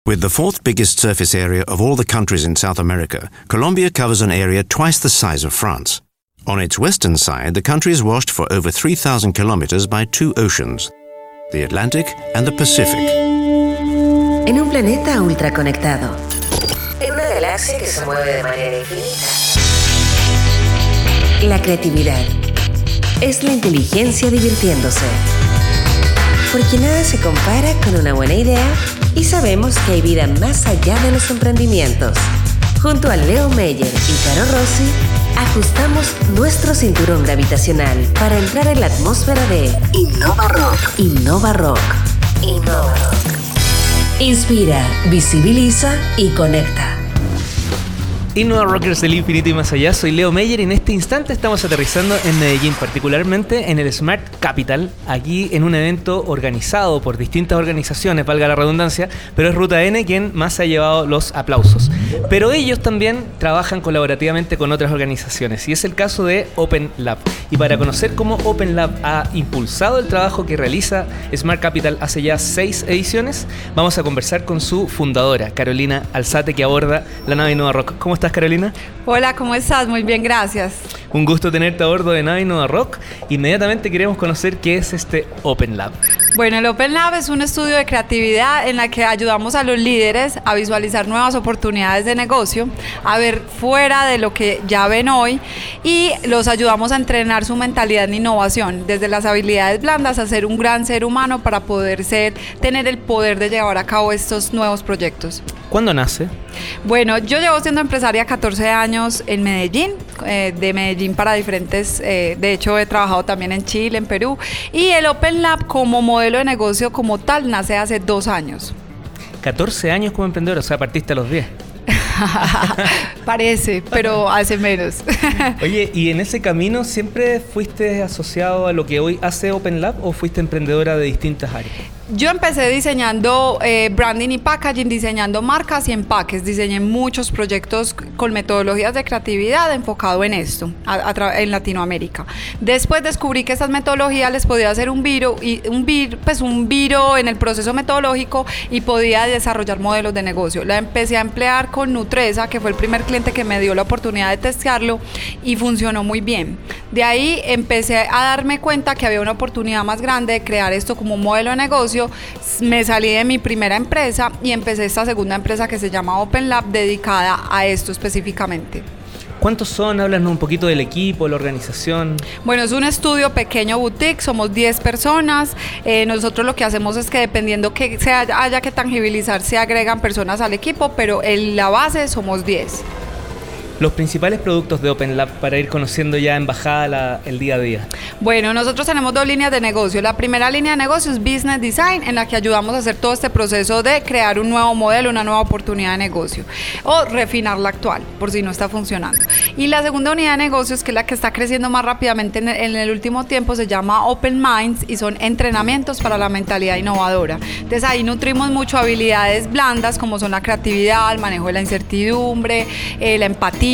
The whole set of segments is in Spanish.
With the fourth biggest surface area of all the countries in South America, Colombia covers an area twice the size of France. On its western side, the country is washed for over 3,000 kilometers by two oceans, the Atlantic and the Pacific. En un planeta ultraconectado, en una galaxia que se mueve de manera infinita. La creatividad es la inteligencia divirtiéndose. Porque nada se compara con una buena idea y sabemos que hay vida más allá de los emprendimientos. Junto a Leo Meyer y Caro Rossi, ajustamos nuestro cinturón gravitacional para entrar en la atmósfera de Innova Rock. Innova Rock. Innova Rock. Inspira, visibiliza y conecta. Innova Rockers del infinito y más allá, soy Leo Meyer y en este instante estamos aterrizando en Medellín, particularmente en el Smart Capital, aquí en un evento organizado por distintas organizaciones, valga la redundancia, pero es Ruta N quien más ha llevado los aplausos. Pero ellos también trabajan colaborativamente con otras organizaciones y es el caso de Open Lab. Y para conocer cómo Open Lab ha impulsado el trabajo que realiza Smart Capital hace ya 6 ediciones, vamos a conversar con su fundadora, Carolina Alzate, que aborda la nave Innova Rock. ¿Cómo estás, Carolina? Hola, ¿cómo estás? Muy bien, gracias. Un gusto tenerte a bordo de Nave Innova Rock. Inmediatamente queremos conocer qué es este Open Lab. Bueno, el Open Lab es un estudio de creatividad en la que ayudamos a los líderes a visualizar nuevas oportunidades de negocio, a ver fuera de lo que ya ven hoy y los ayudamos a entrenar su mentalidad en innovación, desde las habilidades blandas a ser un gran ser humano para poder tener el poder de llevar a cabo estos nuevos proyectos. ¿Cuándo nace? Bueno, yo llevo siendo empresaria 14 años en Medellín, de Medellín para diferentes, de hecho he trabajado también en Chile, en Perú, y el Open Lab como modelo de negocio como tal nace hace 2 años. 14 años como emprendedora, o sea, partiste a los 10. Parece, pero hace menos. Oye, ¿y en ese camino siempre fuiste asociado a lo que hoy hace Open Lab o fuiste emprendedora de distintas áreas? Yo empecé diseñando branding y packaging, diseñando marcas y empaques. Diseñé muchos proyectos con metodologías de creatividad enfocado en esto, en Latinoamérica. Después descubrí que estas metodologías les podía hacer un viro en el proceso metodológico y podía desarrollar modelos de negocio. La empecé a emplear con Nutresa, que fue el primer cliente que me dio la oportunidad de testearlo y funcionó muy bien. De ahí empecé a darme cuenta que había una oportunidad más grande de crear esto como modelo de negocio. Me salí de mi primera empresa y empecé esta segunda empresa que se llama Open Lab, dedicada a esto específicamente. ¿Cuántos son? Háblanos un poquito del equipo, la organización. Bueno, es un estudio pequeño boutique, somos 10 personas. Nosotros lo que hacemos es que dependiendo que haya que tangibilizar, se agregan personas al equipo, pero en la base somos 10. Los principales productos de Open Lab para ir conociendo ya en bajada el día a día. Bueno, nosotros tenemos 2 líneas de negocio. La primera línea de negocio es Business Design, en la que ayudamos a hacer todo este proceso de crear un nuevo modelo, una nueva oportunidad de negocio o refinar la actual, por si no está funcionando. Y la segunda unidad de negocios, que es la que está creciendo más rápidamente en el último tiempo, se llama Open Minds y son entrenamientos para la mentalidad innovadora. Entonces ahí nutrimos mucho habilidades blandas como son la creatividad, el manejo de la incertidumbre, la empatía,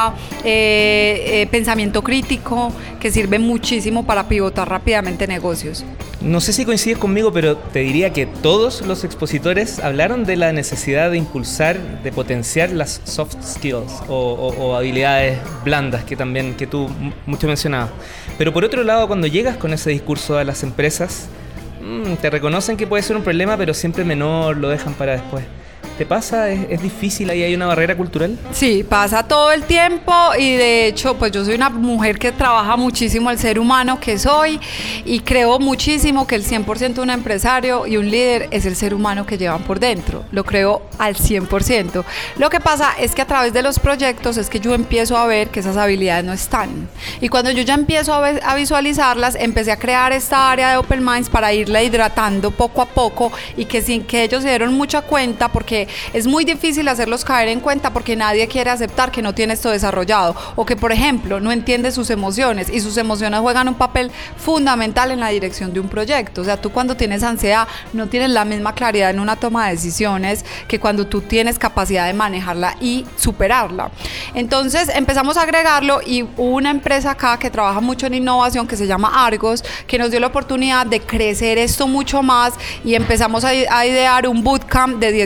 pensamiento crítico, que sirve muchísimo para pivotar rápidamente negocios. No sé si coincides conmigo, pero te diría que todos los expositores hablaron de la necesidad de impulsar, de potenciar las soft skills o habilidades blandas que tú mucho mencionabas. Pero por otro lado, cuando llegas con ese discurso a las empresas, te reconocen que puede ser un problema, pero siempre menor, lo dejan para después. ¿Te pasa? ¿Es difícil? ¿Ahí hay una barrera cultural? Sí, pasa todo el tiempo y de hecho pues yo soy una mujer que trabaja muchísimo el ser humano que soy y creo muchísimo que el 100% de un empresario y un líder es el ser humano que llevan por dentro. Lo creo al 100%. Lo que pasa es que a través de los proyectos es que yo empiezo a ver que esas habilidades no están. Y cuando yo ya empiezo a visualizarlas, empecé a crear esta área de Open Minds para irla hidratando poco a poco y que sin que ellos se dieron mucha cuenta, porque es muy difícil hacerlos caer en cuenta porque nadie quiere aceptar que no tiene esto desarrollado o que, por ejemplo, no entiende sus emociones y sus emociones juegan un papel fundamental en la dirección de un proyecto. O sea, tú cuando tienes ansiedad no tienes la misma claridad en una toma de decisiones que cuando tú tienes capacidad de manejarla y superarla. Entonces empezamos a agregarlo y hubo una empresa acá que trabaja mucho en innovación que se llama Argos, que nos dio la oportunidad de crecer esto mucho más y empezamos a idear un bootcamp de 16 horas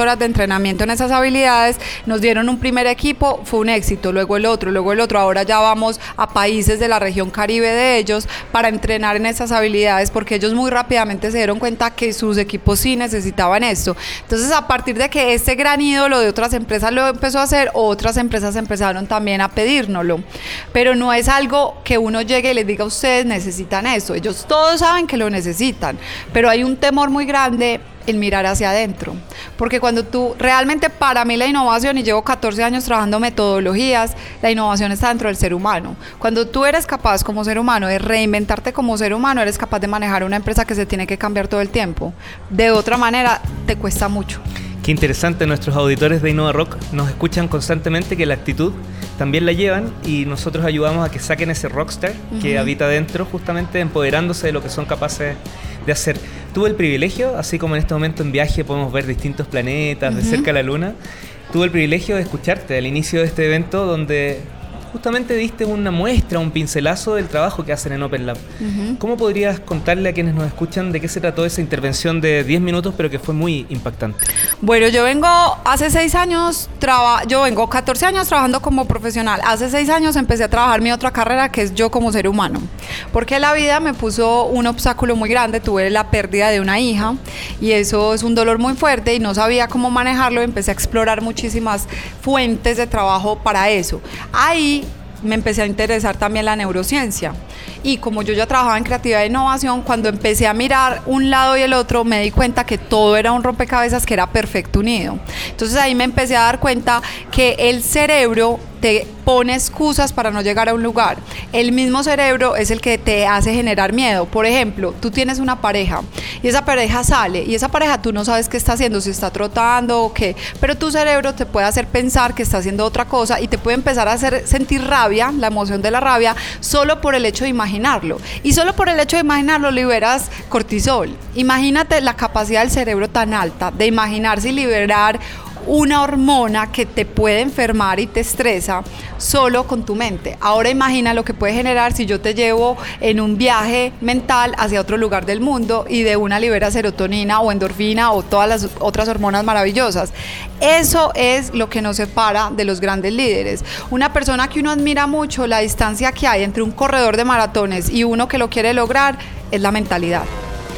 horas de entrenamiento en esas habilidades, nos dieron un primer equipo, fue un éxito, luego el otro, ahora ya vamos a países de la región Caribe de ellos para entrenar en esas habilidades, porque ellos muy rápidamente se dieron cuenta que sus equipos sí necesitaban esto. Entonces, a partir de que este gran ídolo de otras empresas lo empezó a hacer, otras empresas empezaron también a pedírnoslo, pero no es algo que uno llegue y les diga, ustedes necesitan eso, ellos todos saben que lo necesitan, pero hay un temor muy grande en mirar hacia adentro, porque cuando tú, realmente para mí la innovación, y llevo 14 años trabajando metodologías, la innovación está dentro del ser humano. Cuando tú eres capaz como ser humano de reinventarte como ser humano, eres capaz de manejar una empresa que se tiene que cambiar todo el tiempo. De otra manera, te cuesta mucho. Qué interesante, nuestros auditores de Innova Rock nos escuchan constantemente, que la actitud también la llevan, y nosotros ayudamos a que saquen ese rockstar que habita dentro, justamente empoderándose de lo que son capaces de hacer. Tuve el privilegio, así como en este momento en viaje podemos ver distintos planetas, de cerca la luna, tuve el privilegio de escucharte al inicio de este evento, donde justamente diste una muestra, un pincelazo del trabajo que hacen en Open Lab. ¿Cómo podrías contarle a quienes nos escuchan de qué se trató esa intervención de 10 minutos, pero que fue muy impactante? Bueno, yo vengo hace 6 años, yo vengo 14 años trabajando como profesional. Hace 6 años empecé a trabajar mi otra carrera, que es yo como ser humano, porque la vida me puso un obstáculo muy grande. Tuve la pérdida de una hija y eso es un dolor muy fuerte y no sabía cómo manejarlo. Empecé a explorar muchísimas fuentes de trabajo para eso. Ahí me empecé a interesar también la neurociencia, y como yo ya trabajaba en creatividad e innovación, cuando empecé a mirar un lado y el otro, me di cuenta que todo era un rompecabezas que era perfecto unido. Entonces ahí me empecé a dar cuenta que el cerebro te pone excusas para no llegar a un lugar. El mismo cerebro es el que te hace generar miedo. Por ejemplo, tú tienes una pareja y esa pareja sale, y esa pareja tú no sabes qué está haciendo, si está trotando o qué, pero tu cerebro te puede hacer pensar que está haciendo otra cosa y te puede empezar a hacer sentir rabia, la emoción de la rabia, solo por el hecho de imaginarlo. Y solo por el hecho de imaginarlo liberas cortisol. Imagínate la capacidad del cerebro tan alta de imaginarse y liberar una hormona que te puede enfermar y te estresa solo con tu mente. Ahora imagina lo que puede generar si yo te llevo en un viaje mental hacia otro lugar del mundo y de una libera serotonina o endorfina o todas las otras hormonas maravillosas. Eso es lo que nos separa de los grandes líderes. Una persona que uno admira mucho, la distancia que hay entre un corredor de maratones y uno que lo quiere lograr, es la mentalidad.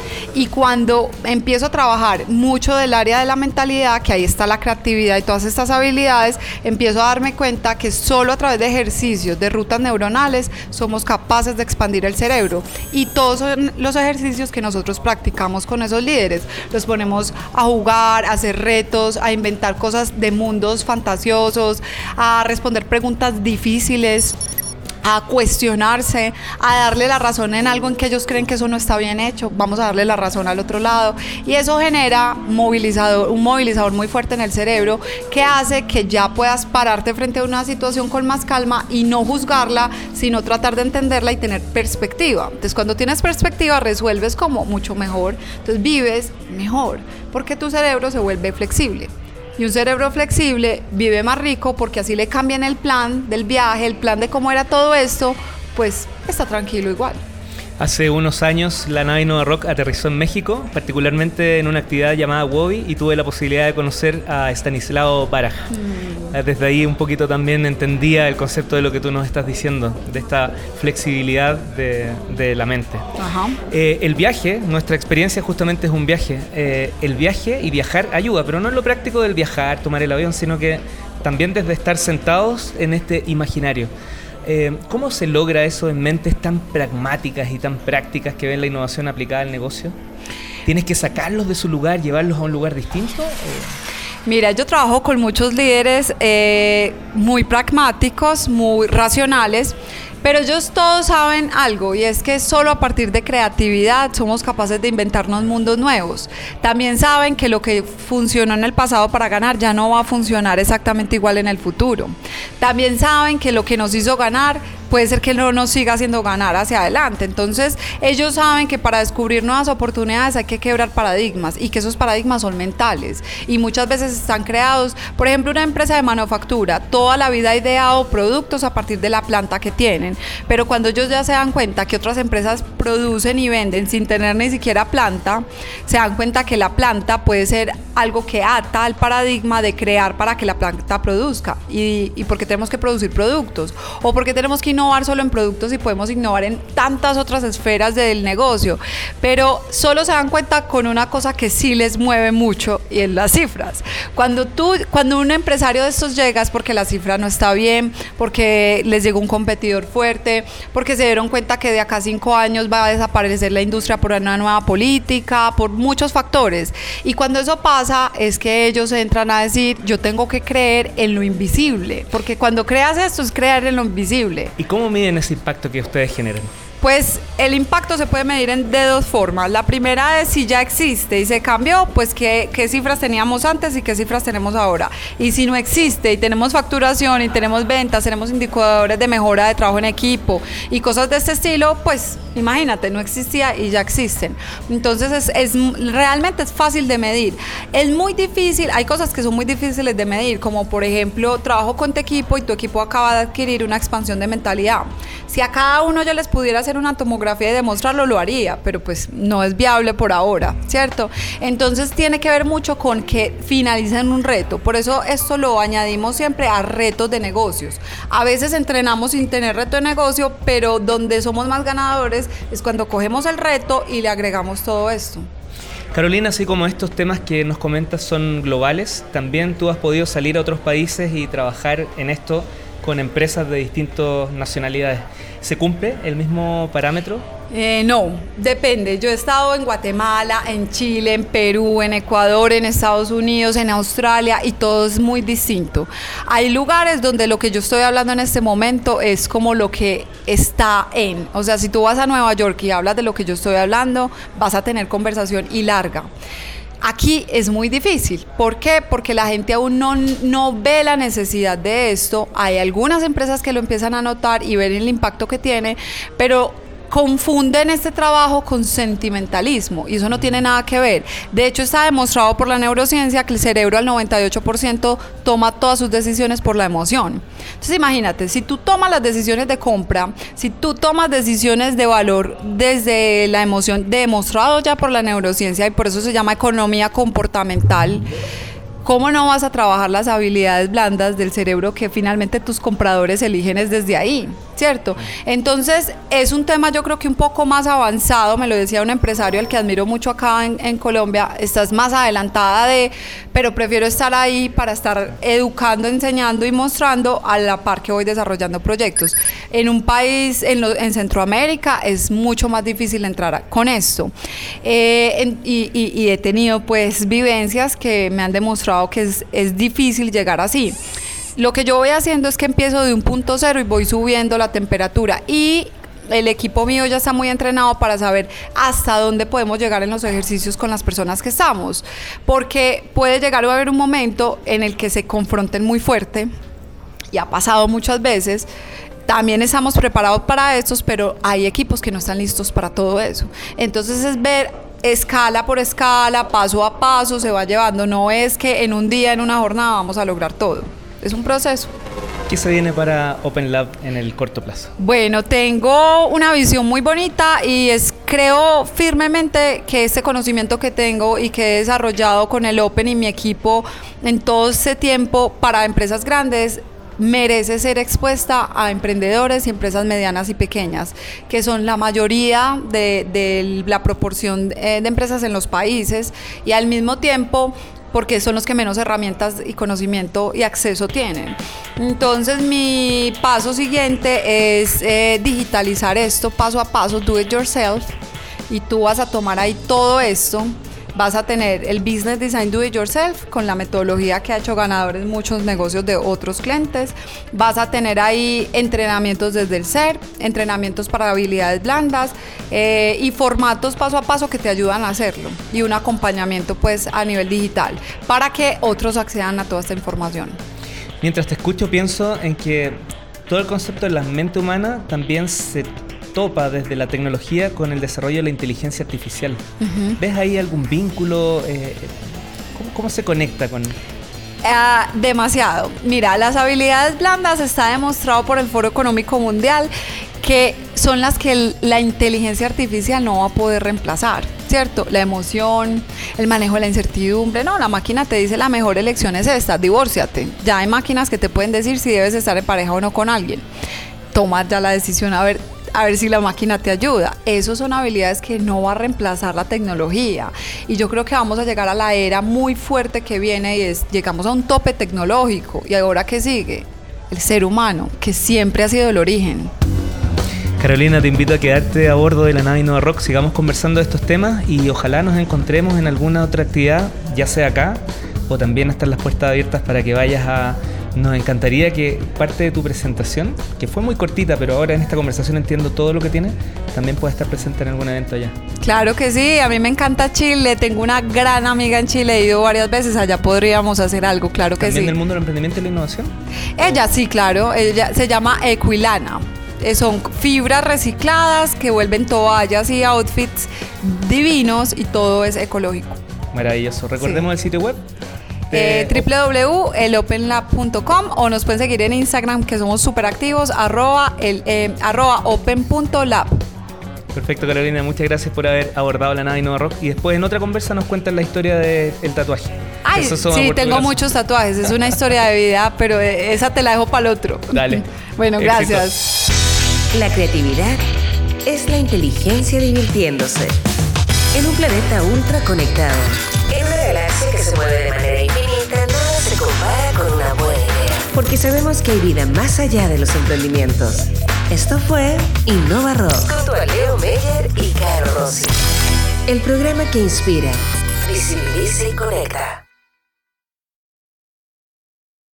Y cuando empiezo a trabajar mucho del área de la mentalidad, que ahí está la creatividad y todas estas habilidades, empiezo a darme cuenta que solo a través de ejercicios, de rutas neuronales, somos capaces de expandir el cerebro. Y todos son los ejercicios que nosotros practicamos con esos líderes. Los ponemos a jugar, a hacer retos, a inventar cosas de mundos fantasiosos, a responder preguntas difíciles, a cuestionarse, a darle la razón en algo en que ellos creen que eso no está bien hecho, vamos a darle la razón al otro lado, y eso genera un movilizador muy fuerte en el cerebro, que hace que ya puedas pararte frente a una situación con más calma y no juzgarla, sino tratar de entenderla y tener perspectiva. Entonces, cuando tienes perspectiva, resuelves como mucho mejor, entonces vives mejor, porque tu cerebro se vuelve flexible. Y un cerebro flexible vive más rico, porque así le cambian el plan del viaje, el plan de cómo era todo esto, pues está tranquilo igual. Hace unos años la nave Innova Rock aterrizó en México, particularmente en una actividad llamada WOBI, y tuve la posibilidad de conocer a Stanislao Baraj. Desde ahí un poquito también entendía el concepto de lo que tú nos estás diciendo, de esta flexibilidad de la mente. Ajá. El viaje, nuestra experiencia justamente es un viaje. El viaje y viajar ayuda, pero no en lo práctico del viajar, tomar el avión, sino que también desde estar sentados en este imaginario. ¿Cómo se logra eso en mentes tan pragmáticas y tan prácticas que ven la innovación aplicada al negocio? ¿Tienes que sacarlos de su lugar, llevarlos a un lugar distinto? Mira, yo trabajo con muchos líderes muy pragmáticos, muy racionales, pero ellos todos saben algo, y es que solo a partir de creatividad somos capaces de inventarnos mundos nuevos. También saben que lo que funcionó en el pasado para ganar ya no va a funcionar exactamente igual en el futuro. También saben que lo que nos hizo ganar puede ser que no nos siga haciendo ganar hacia adelante. Entonces, ellos saben que para descubrir nuevas oportunidades hay que quebrar paradigmas y que esos paradigmas son mentales y muchas veces están creados. Por ejemplo, una empresa de manufactura toda la vida ha ideado productos a partir de la planta que tienen, pero cuando ellos ya se dan cuenta que otras empresas producen y venden sin tener ni siquiera planta, se dan cuenta que la planta puede ser algo que ata al paradigma de crear para que la planta produzca y porque tenemos que producir productos o porque tenemos que innovar solo en productos y podemos innovar en tantas otras esferas del negocio, pero solo se dan cuenta con una cosa que sí les mueve mucho y es las cifras. Cuando un empresario de estos llega es porque la cifra no está bien, porque les llegó un competidor fuerte, porque se dieron cuenta que de acá a 5 años va a desaparecer la industria por una nueva política, por muchos factores, y cuando eso pasa es que ellos entran a decir yo tengo que creer en lo invisible, porque cuando creas esto es creer en lo invisible. ¿Y cómo miden ese impacto que ustedes generan? Pues el impacto se puede medir de dos formas. La primera es si ya existe y se cambió, pues qué cifras teníamos antes y qué cifras tenemos ahora. Y si no existe y tenemos facturación y tenemos ventas, tenemos indicadores de mejora de trabajo en equipo y cosas de este estilo, pues imagínate, no existía y ya existen. Entonces realmente es fácil de medir. Es muy difícil, hay cosas que son muy difíciles de medir, como por ejemplo, trabajo con tu equipo y tu equipo acaba de adquirir una expansión de mentalidad. Si a cada uno yo les pudiera hacer una tomografía y demostrarlo, lo haría, pero pues no es viable por ahora, ¿cierto? Entonces tiene que ver mucho con que finalicen un reto, por eso esto lo añadimos siempre a retos de negocios. A veces entrenamos sin tener reto de negocio, pero donde somos más ganadores es cuando cogemos el reto y le agregamos todo esto. Carolina, así como estos temas que nos comentas son globales, también tú has podido salir a otros países y trabajar en esto con empresas de distintas nacionalidades. ¿Se cumple el mismo parámetro? No, depende. Yo he estado en Guatemala, en Chile, en Perú, en Ecuador, en Estados Unidos, en Australia, y todo es muy distinto. Hay lugares donde lo que yo estoy hablando en este momento es como lo que está en. O sea, si tú vas a Nueva York y hablas de lo que yo estoy hablando, vas a tener conversación y larga. Aquí es muy difícil. ¿Por qué? Porque la gente aún no ve la necesidad de esto. Hay algunas empresas que lo empiezan a notar y ven el impacto que tiene, pero confunden este trabajo con sentimentalismo y eso no tiene nada que ver. De hecho, está demostrado por la neurociencia que el cerebro al 98% toma todas sus decisiones por la emoción. Entonces imagínate, si tú tomas las decisiones de compra, si tú tomas decisiones de valor desde la emoción, demostrado ya por la neurociencia, y por eso se llama economía comportamental, ¿cómo no vas a trabajar las habilidades blandas del cerebro que finalmente tus compradores eligen es desde ahí? ¿Cierto? Entonces es un tema, yo creo que un poco más avanzado. Me lo decía un empresario al que admiro mucho acá en Colombia: estás más adelantada pero prefiero estar ahí para estar educando, enseñando y mostrando a la par que voy desarrollando proyectos. En un país, en Centroamérica, es mucho más difícil entrar con esto. Y he tenido pues vivencias que me han demostrado que es difícil llegar así. Lo que yo voy haciendo es que empiezo de un punto cero y voy subiendo la temperatura, y el equipo mío ya está muy entrenado para saber hasta dónde podemos llegar en los ejercicios con las personas que estamos, porque puede llegar a haber un momento en el que se confronten muy fuerte, y ha pasado muchas veces. También estamos preparados para estos, pero hay equipos que no están listos para todo eso. Entonces es ver escala por escala, paso a paso, se va llevando. No es que en un día, en una jornada vamos a lograr todo. Es un proceso. ¿Qué se viene para Open Lab en el corto plazo? Bueno, tengo una visión muy bonita y creo firmemente que este conocimiento que tengo y que he desarrollado con el Open y mi equipo en todo este tiempo para empresas grandes merece ser expuesta a emprendedores y empresas medianas y pequeñas, que son la mayoría de la proporción de empresas en los países, y al mismo tiempo porque son los que menos herramientas y conocimiento y acceso tienen. Entonces mi paso siguiente es digitalizar esto paso a paso, do it yourself, y tú vas a tomar ahí todo esto. Vas a tener el Business Design Do It Yourself con la metodología que ha hecho ganadores muchos negocios de otros clientes. Vas a tener ahí entrenamientos desde el ser, entrenamientos para habilidades blandas y formatos paso a paso que te ayudan a hacerlo, y un acompañamiento pues a nivel digital para que otros accedan a toda esta información. Mientras te escucho pienso en que todo el concepto de la mente humana también se topa desde la tecnología con el desarrollo de la inteligencia artificial. ¿Ves ahí algún vínculo? ¿Cómo se conecta con...? Demasiado. Mira, las habilidades blandas está demostrado por el Foro Económico Mundial que son las que la inteligencia artificial no va a poder reemplazar, ¿cierto? La emoción, el manejo de la incertidumbre. No, la máquina te dice la mejor elección es esta, divórciate. Ya hay máquinas que te pueden decir si debes estar en pareja o no con alguien. Toma ya la decisión a ver si la máquina te ayuda. Esas son habilidades que no va a reemplazar la tecnología. Y yo creo que vamos a llegar a la era muy fuerte que viene y llegamos a un tope tecnológico. ¿Y ahora qué sigue? El ser humano, que siempre ha sido el origen. Carolina, te invito a quedarte a bordo de la nave Innova Rock. Sigamos conversando de estos temas y ojalá nos encontremos en alguna otra actividad, ya sea acá o también están las puertas abiertas para que vayas a... Nos encantaría que parte de tu presentación, que fue muy cortita, pero ahora en esta conversación entiendo todo lo que tiene, también pueda estar presente en algún evento allá. Claro que sí, a mí me encanta Chile, tengo una gran amiga en Chile, he ido varias veces, allá podríamos hacer algo, claro que sí. ¿También del mundo del emprendimiento y la innovación? Ella sí, claro, ella se llama Equilana. Son fibras recicladas que vuelven toallas y outfits divinos y todo es ecológico. Maravilloso. Recordemos el sitio web. www.elopenlab.com o nos pueden seguir en Instagram, que somos súper activos, @open.lab. Perfecto, Carolina, muchas gracias por haber abordado la nave Innova Rock y después en otra conversa nos cuentas la historia del tatuaje. Ay, sí, tengo muchos tatuajes, es una historia de vida, pero esa te la dejo para el otro. Dale. Bueno, gracias. La creatividad es la inteligencia divirtiéndose. En un planeta ultra conectado, en una galaxia que se mueve de manera infinita, nada se compara con una buena idea. Porque sabemos que hay vida más allá de los emprendimientos. Esto fue Innova Rock, junto a Leo Meyer y Caro Rossi. El programa que inspira, visibiliza y conecta.